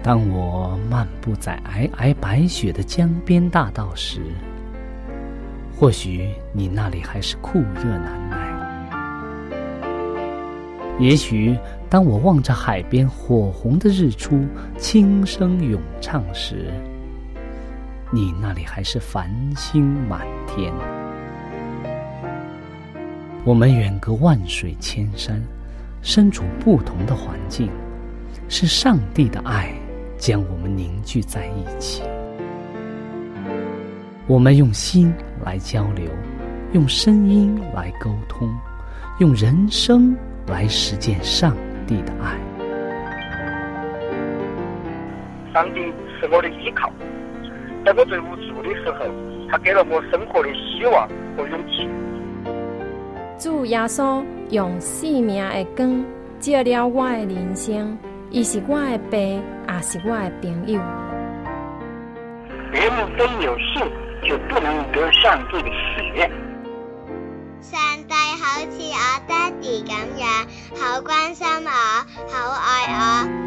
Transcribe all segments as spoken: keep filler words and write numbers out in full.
当我漫步在皑皑白雪的江边大道时，或许你那里还是酷热难耐。也许当我望着海边火红的日出轻声咏唱时，你那里还是繁星满天。我们远隔万水千山，身处不同的环境，是上帝的爱将我们凝聚在一起。我们用心来交流，用声音来沟通，用人生来实践上帝的爱。 上帝是我的依靠，在我最无助的时候，他给了我生活的希望和勇气。 主耶稣用生命的光照了我的人生，伊是我的爸，也是我的朋友。 人们非有信，就不能得上帝的喜悦。 上帝好似我爹哋咁樣，好關心我，好愛我。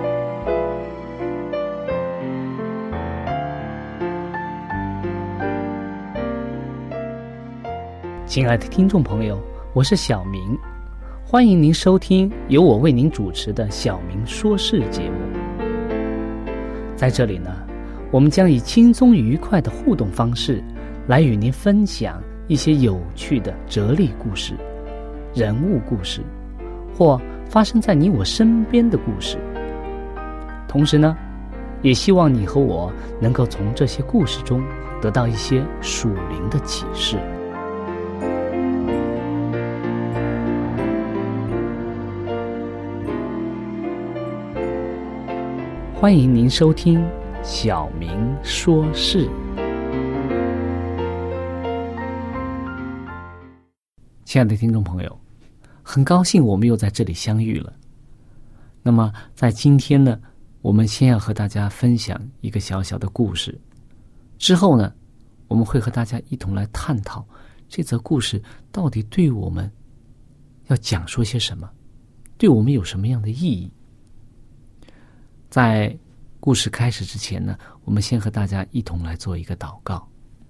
亲爱的听众朋友，我是小明，欢迎您收听由我为您主持的小明说事节目。在这里呢，我们将以轻松愉快的互动方式来与您分享一些有趣的哲理故事、人物故事，或发生在你我身边的故事。同时呢，也希望你和我能够从这些故事中得到一些属灵的启示。欢迎您收听小明说事。亲爱的听众朋友，很高兴我们又在这里相遇了。那么在今天呢，我们先要和大家分享一个小小的故事，之后呢，我们会和大家一同来探讨这则故事到底对我们要讲说些什么，对我们有什么样的意义。在故事开始之前呢，我们先和大家一同来做一个祷告。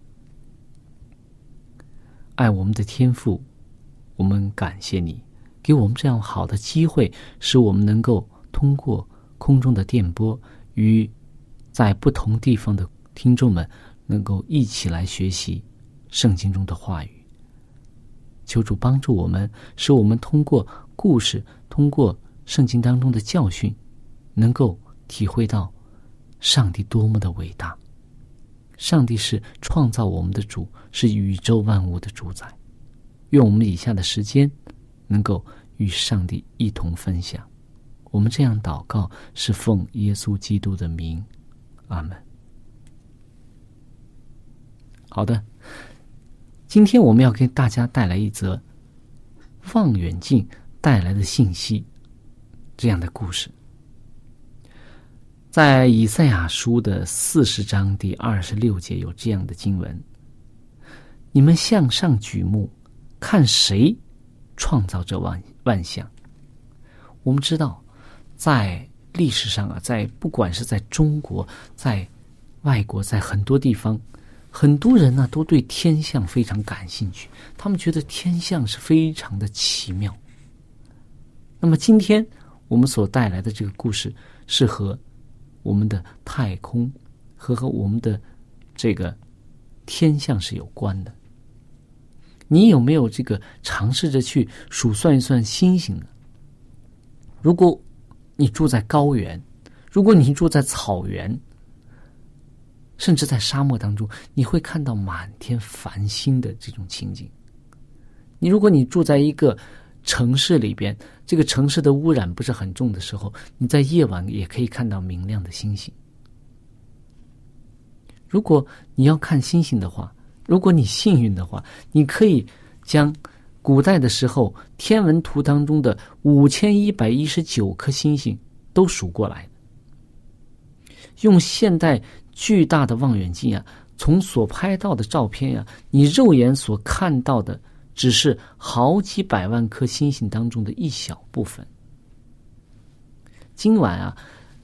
爱我们的天父，我们感谢你给我们这样好的机会，使我们能够通过空中的电波与在不同地方的听众们能够一起来学习圣经中的话语。求主帮助我们，使我们通过故事，通过圣经当中的教训，能够体会到上帝多么的伟大。上帝是创造我们的主，是宇宙万物的主宰。愿我们以下的时间能够与上帝一同分享。我们这样祷告是奉耶稣基督的名，阿们。好的，今天我们要给大家带来一则望远镜带来的信息这样的故事。在以赛亚书的四十章第二十六节有这样的经文：你们向上举目，看谁创造这万万象。我们知道，在历史上啊，在不管是在中国，在外国，在很多地方，很多人呢都对天象非常感兴趣，他们觉得天象是非常的奇妙。那么今天我们所带来的这个故事是和我们的太空和和我们的这个天象是有关的。你有没有这个尝试着去数算一算星星呢？如果你住在高原，如果你住在草原，甚至在沙漠当中，你会看到满天繁星的这种情景。你如果你住在一个城市里边，这个城市的污染不是很重的时候，你在夜晚也可以看到明亮的星星。如果你要看星星的话，如果你幸运的话，你可以将古代的时候天文图当中的五千一百一十九颗星星都数过来。用现代巨大的望远镜啊，从所拍到的照片啊，你肉眼所看到的只是好几百万颗星星当中的一小部分。今晚啊，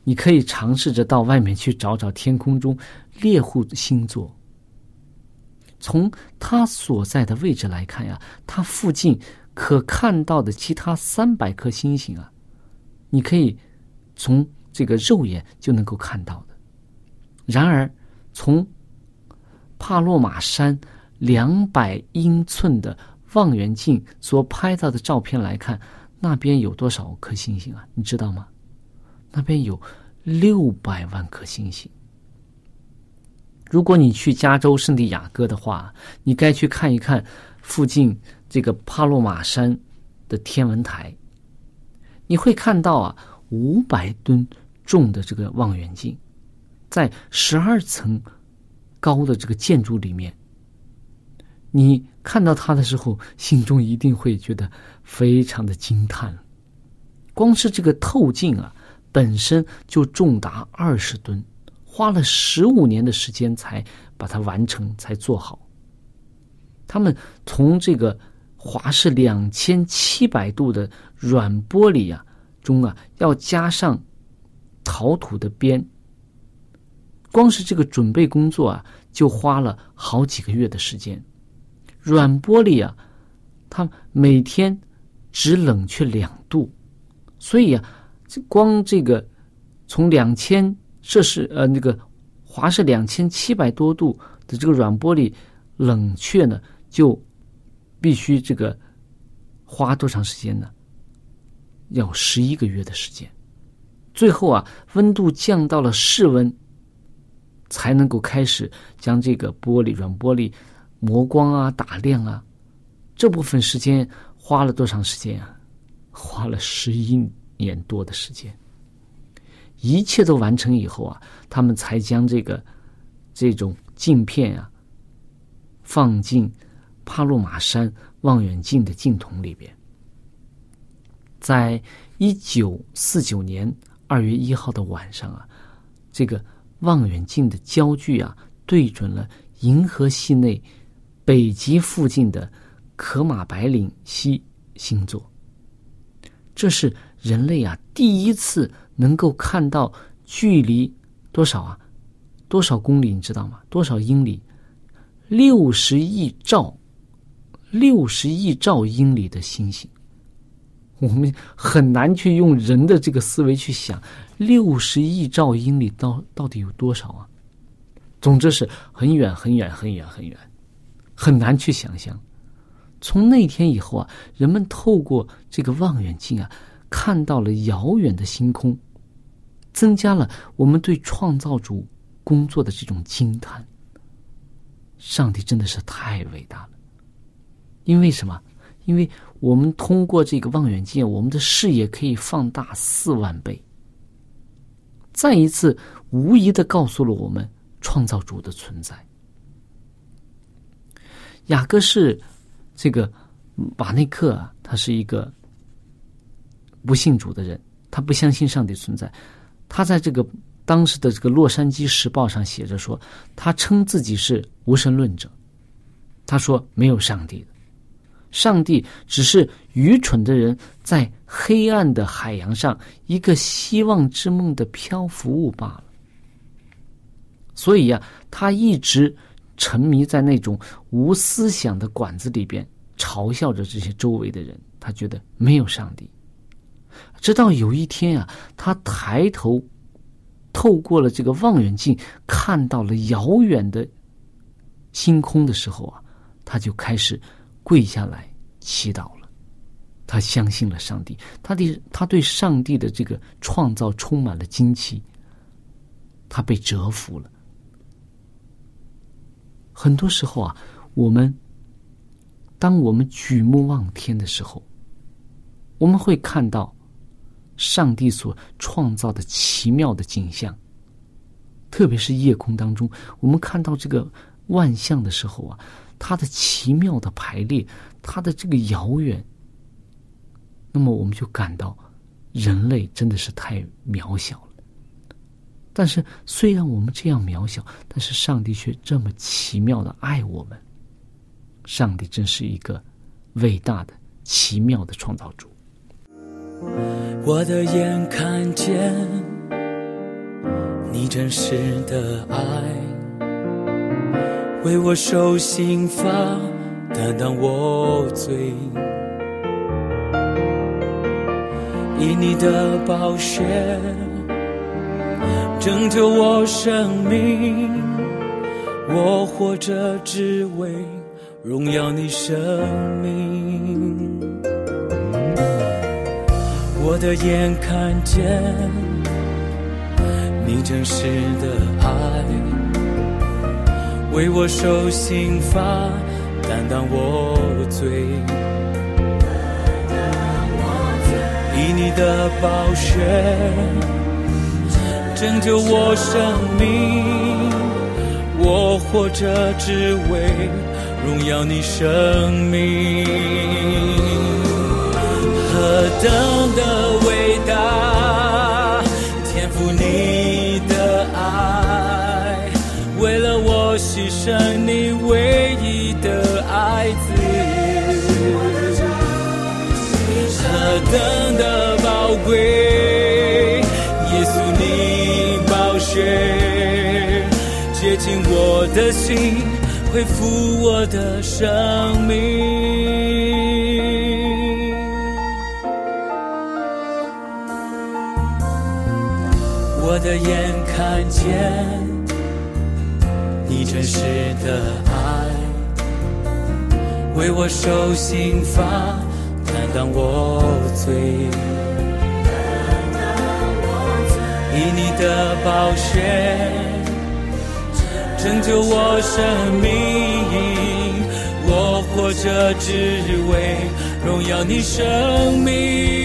你可以尝试着到外面去找找天空中猎户星座。从它所在的位置来看呀，它附近可看到的其他三百颗星星啊，你可以从这个肉眼就能够看到的。然而，从帕洛马山两百英寸的望远镜所拍到的照片来看，那边有多少颗星星啊？你知道吗？那边有六百万颗星星。如果你去加州圣地亚哥的话，你该去看一看附近这个帕洛马山的天文台，你会看到啊，五百吨重的这个望远镜，在十二层高的这个建筑里面，你看到它的时候，心中一定会觉得非常的惊叹。光是这个透镜啊，本身就重达二十吨，花了十五年的时间才把它完成，才做好。他们从这个华氏两千七百度的软玻璃啊中啊，要加上陶土的边，光是这个准备工作啊，就花了好几个月的时间。软玻璃啊，它每天只冷却两度，所以啊，光这个从两千摄氏呃那个华氏两千七百多度的这个软玻璃冷却呢，就必须这个花多长时间呢？要十一个月的时间。最后啊，温度降到了室温，才能够开始将这个玻璃软玻璃磨光啊、打亮啊。这部分时间花了多长时间啊？花了十一年多的时间。一切都完成以后啊，他们才将这个这种镜片啊放进帕洛马山望远镜的镜筒里边。在一九四九年二月一号的晚上啊，这个望远镜的焦距啊对准了银河系内北极附近的可马白领西星座。这是人类啊第一次能够看到距离多少啊？多少公里你知道吗？多少英里？六十亿兆，六十亿兆英里的星星。我们很难去用人的这个思维去想，六十亿兆英里到到底有多少啊？总之是很远很远很远很远，很难去想象。从那天以后啊，人们透过这个望远镜啊，看到了遥远的星空，增加了我们对创造主工作的这种惊叹。上帝真的是太伟大了。因为什么？因为我们通过这个望远镜，我们的视野可以放大四万倍，再一次无疑地告诉了我们创造主的存在。雅各是这个马内克啊，他是一个不信主的人，他不相信上帝存在。他在这个当时的这个洛杉矶时报上写着说，他称自己是无神论者。他说没有上帝的，上帝只是愚蠢的人在黑暗的海洋上一个希望之梦的漂浮物罢了。所以啊，他一直沉迷在那种无思想的馆子里边，嘲笑着这些周围的人。他觉得没有上帝。直到有一天啊，他抬头透过了这个望远镜，看到了遥远的星空的时候啊，他就开始跪下来祈祷了。他相信了上帝，他的他对上帝的这个创造充满了惊奇，他被折服了。很多时候啊，我们当我们举目望天的时候，我们会看到上帝所创造的奇妙的景象。特别是夜空当中，我们看到这个万象的时候啊，它的奇妙的排列，它的这个遥远，那么我们就感到人类真的是太渺小了。但是虽然我们这样渺小，但是上帝却这么奇妙的爱我们。上帝真是一个伟大的奇妙的创造主。 我的眼看见你真实的爱，为我受刑罚，担当我罪，以你的宝血拯救我生命，我活着只为荣耀你生命。我的眼看见你真实的爱，为我受刑罚，担当我罪，以你的宝血拯救我生命，我活着只为荣耀你生命。何等的伟大，天父你的爱，为了我牺牲你唯一的爱子，何等的宝贵，耶稣你宝血洁净我的心，恢复我的生命。我的眼看见你真实的爱，为我受刑罚，担当我罪，以你的宝血拯救我生命，我活着只为荣耀你生命。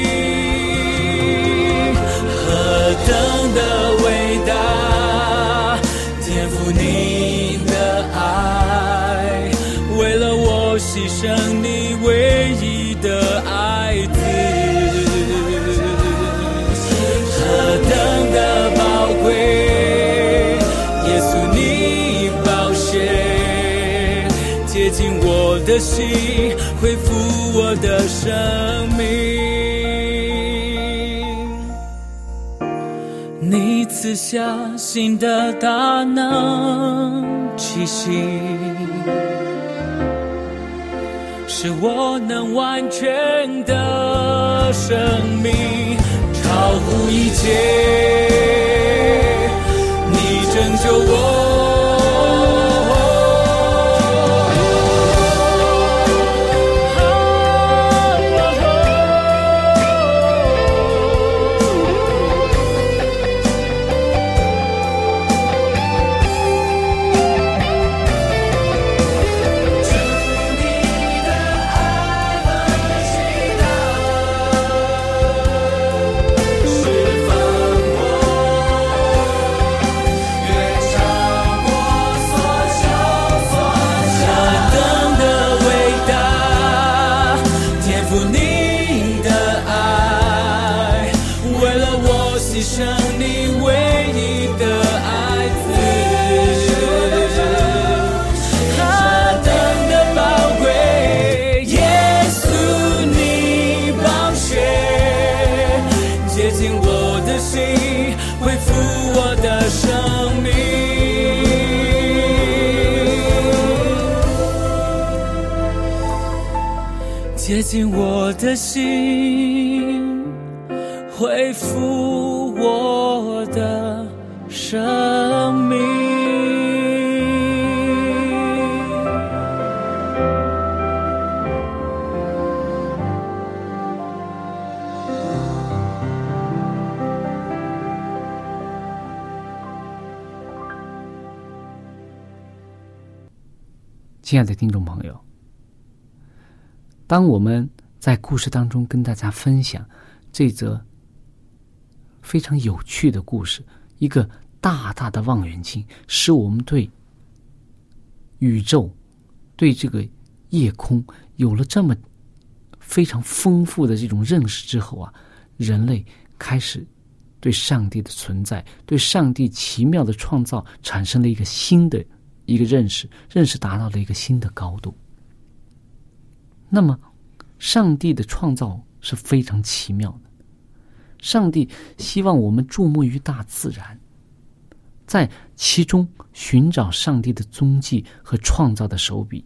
何等的伟大，天父你的爱，为了我牺牲你唯一的爱子，何等的宝贵，耶稣你宝血洁净我的心，恢复我的生命。你赐下新的大能气息，使我能完全的生命，超乎一切，你拯救我。接近我的心，恢复我的生命。 亲爱的听众朋友，当我们在故事当中跟大家分享这则非常有趣的故事，一个大大的望远镜使我们对宇宙、对这个夜空有了这么非常丰富的这种认识之后啊，人类开始对上帝的存在、对上帝奇妙的创造产生了一个新的一个认识，认识达到了一个新的高度。那么上帝的创造是非常奇妙的，上帝希望我们注目于大自然， 在其中寻找上帝的踪迹和创造的手笔。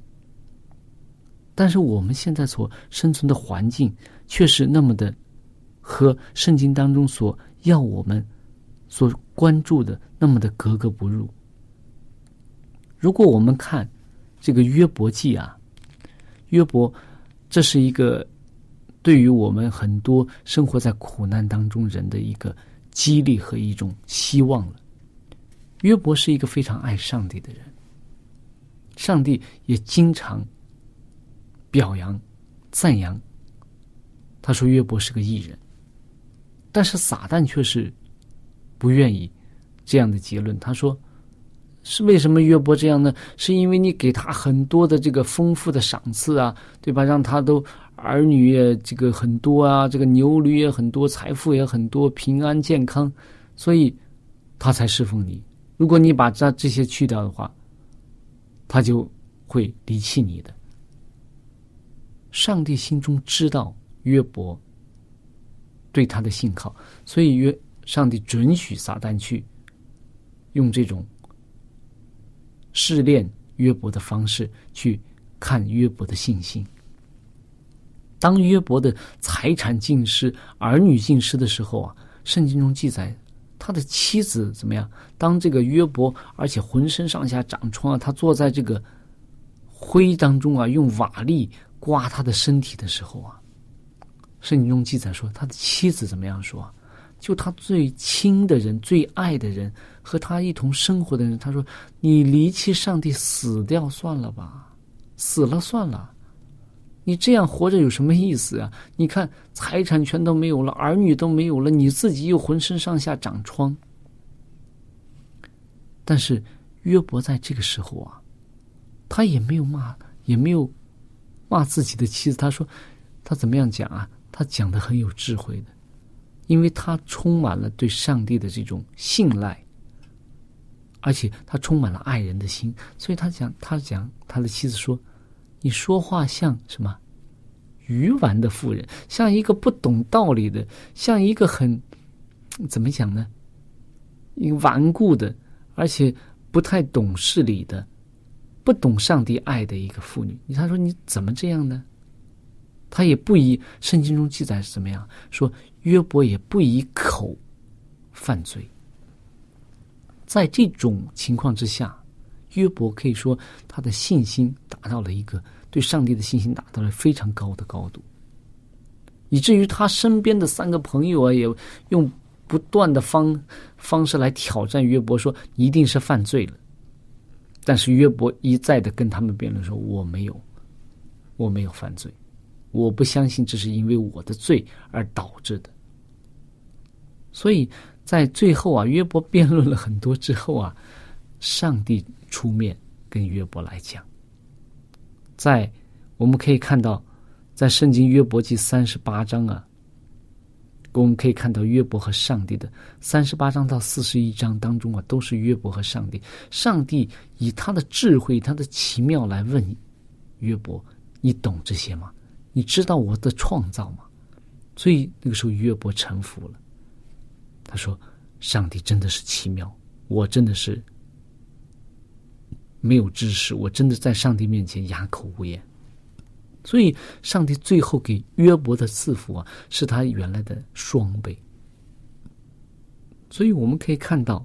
但是我们现在所生存的环境却是那么的和圣经当中所要我们所关注的那么的格格不入。如果我们看这个约伯记啊，约伯这是一个对于我们很多生活在苦难当中人的一个激励和一种希望了。约伯是一个非常爱上帝的人，上帝也经常表扬赞扬他，说约伯是个义人。但是撒旦却是不愿意这样的结论，他说是为什么约伯这样呢？是因为你给他很多的这个丰富的赏赐啊，对吧？让他都儿女也这个很多啊，这个牛驴也很多，财富也很多，平安健康，所以他才侍奉你。如果你把这这些去掉的话，他就会离弃你的。上帝心中知道约伯对他的信靠，所以约上帝准许撒旦去用这种试炼约伯的方式去看约伯的信心。当约伯的财产尽失，儿女尽失的时候啊，圣经中记载他的妻子怎么样？当这个约伯而且浑身上下长疮啊，他坐在这个灰当中啊，用瓦砾刮他的身体的时候啊，圣经中记载说他的妻子怎么样说？就他最亲的人，最爱的人，和他一同生活的人，他说你离弃上帝死掉算了吧，死了算了，你这样活着有什么意思啊？你看财产全都没有了，儿女都没有了，你自己又浑身上下长疮。但是约伯在这个时候啊，他也没有骂，也没有骂自己的妻子。他说他怎么样讲啊？他讲得很有智慧的，因为他充满了对上帝的这种信赖，而且他充满了爱人的心，所以他讲他讲他的妻子说，你说话像什么愚顽的妇人，像一个不懂道理的，像一个很怎么讲呢，一个顽固的，而且不太懂事理的，不懂上帝爱的一个妇女。他说你怎么这样呢？他也不以圣经中记载是怎么样说，约伯也不以口犯罪。在这种情况之下，约伯可以说他的信心达到了一个对上帝的信心达到了非常高的高度，以至于他身边的三个朋友啊，也用不断的方方式来挑战约伯，说你一定是犯罪了。但是约伯一再的跟他们辩论说，我没有，我没有犯罪，我不相信这是因为我的罪而导致的。所以在最后啊，约伯辩论了很多之后啊，上帝出面跟约伯来讲。在我们可以看到，在圣经约伯记三十八章啊，我们可以看到约伯和上帝的三十八章到四十一章当中啊，都是约伯和上帝。上帝以他的智慧、他的奇妙来问约伯：你懂这些吗？你知道我的创造吗？所以那个时候约伯臣服了。他说：上帝真的是奇妙，我真的是没有知识，我真的在上帝面前哑口无言。所以上帝最后给约伯的赐福啊，是他原来的双倍。所以我们可以看到，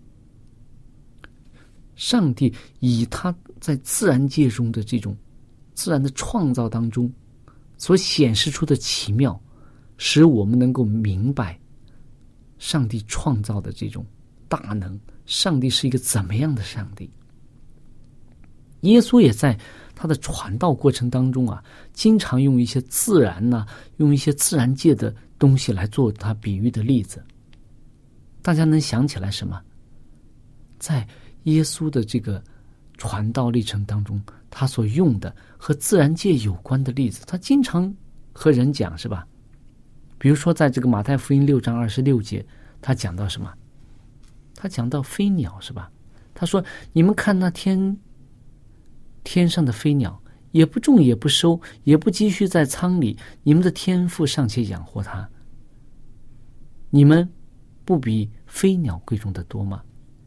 上帝以他在自然界中的这种自然的创造当中所显示出的奇妙，使我们能够明白上帝创造的这种大能，上帝是一个怎么样的上帝。耶稣也在他的传道过程当中啊，经常用一些自然呐、啊，用一些自然界的东西来做他比喻的例子。大家能想起来什么？在耶稣的这个传道历程当中，他所用的和自然界有关的例子，他经常和人讲，是吧？比如说在这个马太福音六章二十六节，他讲到什么？他讲到飞鸟，是吧？他说：你们看那天天上的飞鸟，也不种也不收，也不积蓄在仓里，你们的天父尚且养活它，你们不比飞鸟贵重得多吗？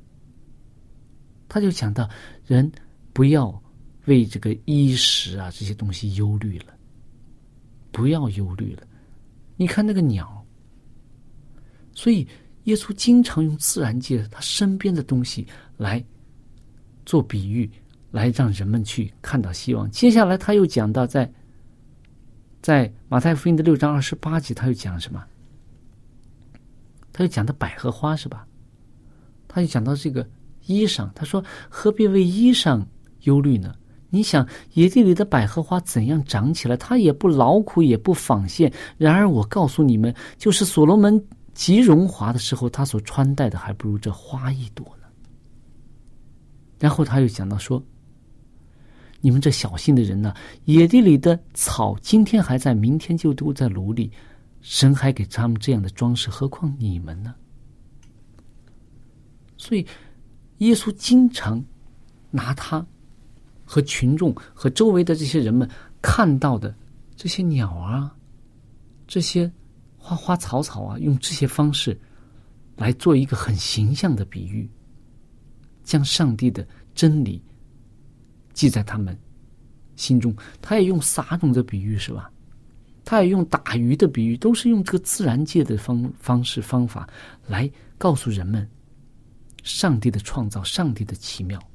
他就讲到人不要为这个衣食啊这些东西忧虑了，不要忧虑了。你看那个鸟，所以耶稣经常用自然界他身边的东西来做比喻，来让人们去看到希望。接下来他又讲到在在马太福音的六章二十八节，他又讲什么？他又讲到百合花是吧？他就讲到这个衣裳，他说何必为衣裳忧虑呢？你想野地里的百合花怎样长起来，它也不劳苦也不纺线，然而我告诉你们，就是所罗门极荣华的时候，他所穿戴的还不如这花一朵呢。然后他又讲到说，你们这小心的人呢，野地里的草今天还在，明天就都在炉里，神还给他们这样的装饰，何况你们呢？所以耶稣经常拿他和群众和周围的这些人们看到的这些鸟啊，这些花花草草啊，用这些方式来做一个很形象的比喻，将上帝的真理记在他们心中。他也用撒种的比喻是吧？他也用打鱼的比喻，都是用这个自然界的方方式方法来告诉人们上帝的创造，上帝的奇妙。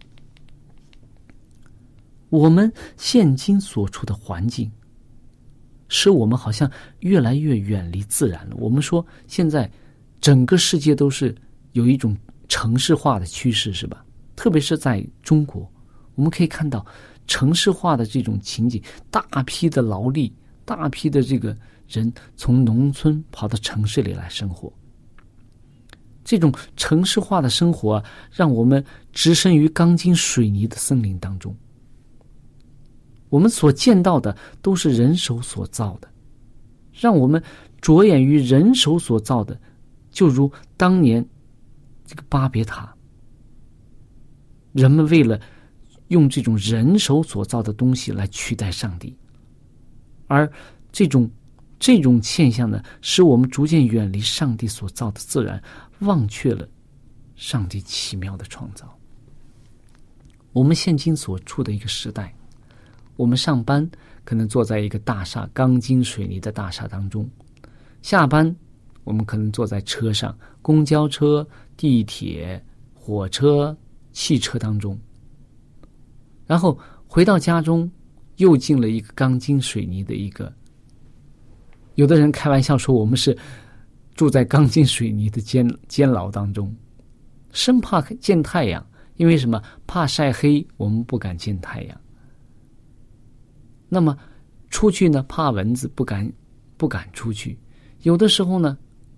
我们现今所处的环境使我们好像越来越远离自然了。我们说现在整个世界都是有一种城市化的趋势是吧？特别是在中国，我们可以看到城市化的这种情景，大批的劳力，大批的这个人从农村跑到城市里来生活。这种城市化的生活啊，让我们置身于钢筋水泥的森林当中。我们所见到的都是人手所造的，让我们着眼于人手所造的，就如当年这个巴别塔，人们为了用这种人手所造的东西来取代上帝，而这种这种现象呢，使我们逐渐远离上帝所造的自然，忘却了上帝奇妙的创造。我们现今所处的一个时代，我们上班可能坐在一个大厦，钢筋水泥的大厦当中，下班我们可能坐在车上，公交车、地铁、火车、汽车当中，然后回到家中又进了一个钢筋水泥的一个，有的人开玩笑说我们是住在钢筋水泥的监监牢当中，生怕见太阳，因为什么？怕晒黑，我们不敢见太阳。那么出去呢，怕蚊子，不敢不敢出去。有的时候呢，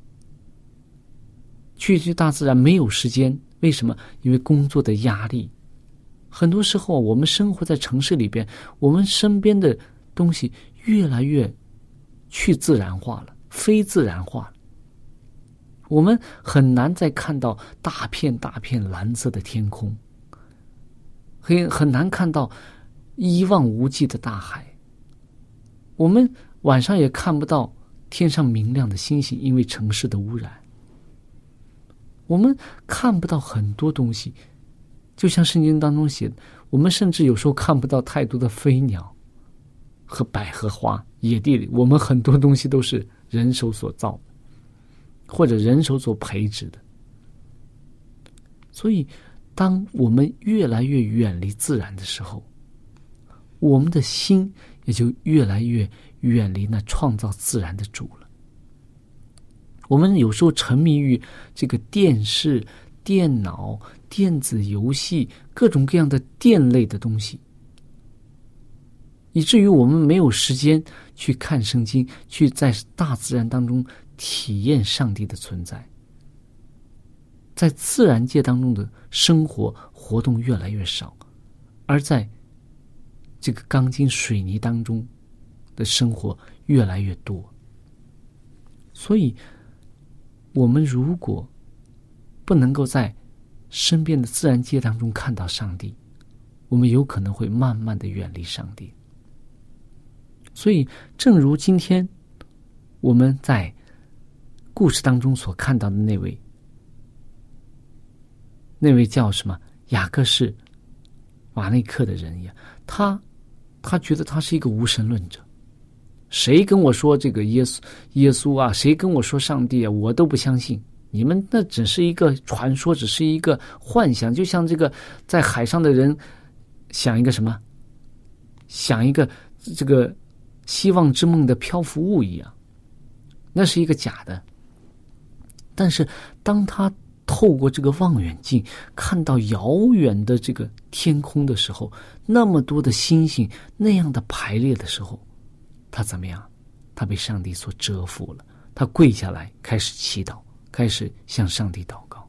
去去大自然没有时间，为什么？因为工作的压力。很多时候我们生活在城市里边，我们身边的东西越来越去自然化了，非自然化了。我们很难再看到大片大片蓝色的天空，很很难看到一望无际的大海。我们晚上也看不到天上明亮的星星，因为城市的污染。我们看不到很多东西，就像圣经当中写的，我们甚至有时候看不到太多的飞鸟和百合花。野地里我们很多东西都是人手所造的，或者人手所培植的。所以当我们越来越远离自然的时候，我们的心也就越来越远离那创造自然的主了。我们有时候沉迷于这个电视、电脑、电子游戏，各种各样的电类的东西，以至于我们没有时间去看圣经，去在大自然当中体验上帝的存在。在自然界当中的生活活动越来越少，而在这个钢筋水泥当中的生活越来越多。所以我们如果不能够在身边的自然界当中看到上帝，我们有可能会慢慢的远离上帝。所以正如今天我们在故事当中所看到的那位那位叫什么雅各是马内克的人一样，他他觉得他是一个无神论者。谁跟我说这个耶稣耶稣啊，谁跟我说上帝啊，我都不相信。你们那只是一个传说，只是一个幻想，就像这个在海上的人想一个什么，想一个这个希望之梦的漂浮物一样，那是一个假的。但是当他透过这个望远镜看到遥远的这个天空的时候，那么多的星星那样的排列的时候，他怎么样？他被上帝所折服了，他跪下来开始祈祷，开始向上帝祷告。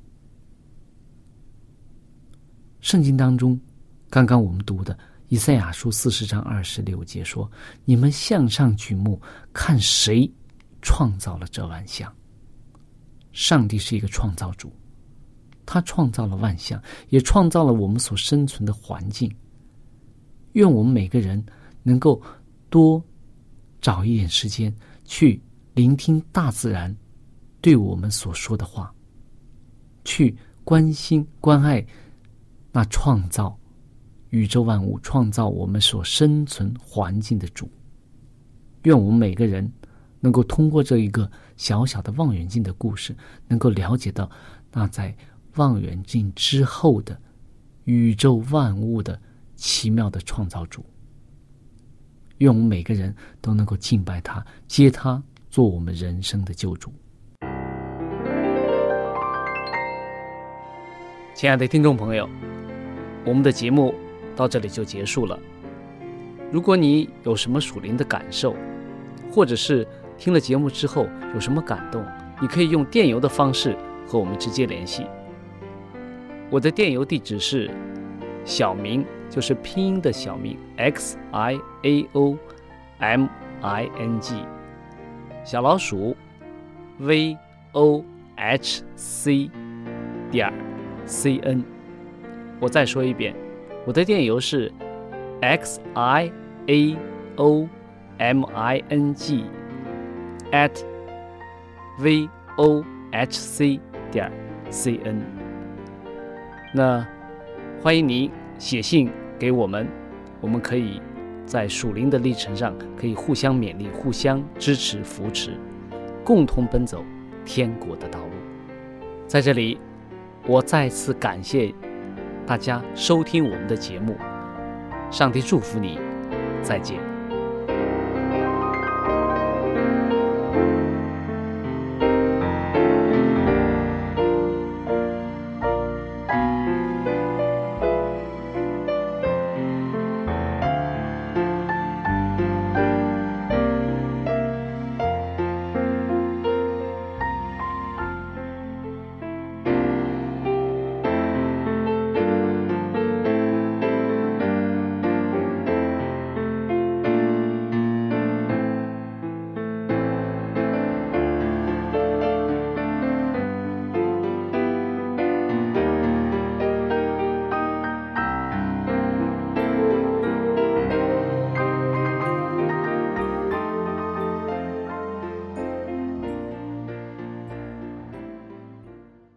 圣经当中刚刚我们读的以赛亚书四十章二十六节说，你们向上举目，看谁创造了这万象。上帝是一个创造主，他创造了万象，也创造了我们所生存的环境。愿我们每个人能够多找一点时间去聆听大自然对我们所说的话，去关心关爱那创造宇宙万物、创造我们所生存环境的主。愿我们每个人能够通过这一个小小的望远镜的故事，能够了解到那在望远镜之后的宇宙万物的奇妙的创造主。愿我们每个人都能够敬拜他，接他做我们人生的救主。亲爱的听众朋友，我们的节目到这里就结束了。如果你有什么属灵的感受，或者是听了节目之后有什么感动，你可以用电邮的方式和我们直接联系。我的电邮地址是小明，就是拼音的小明 X I A O M I N G 小老鼠 V O H C 点 C N。 我再说一遍，我的电邮是 X I A O M I N G at V O H C 点 C N。 那欢迎你写信给我们，我们可以在属灵的历程上可以互相勉励，互相支持扶持，共同奔走天国的道路。在这里我再次感谢大家收听我们的节目，上帝祝福你，再见。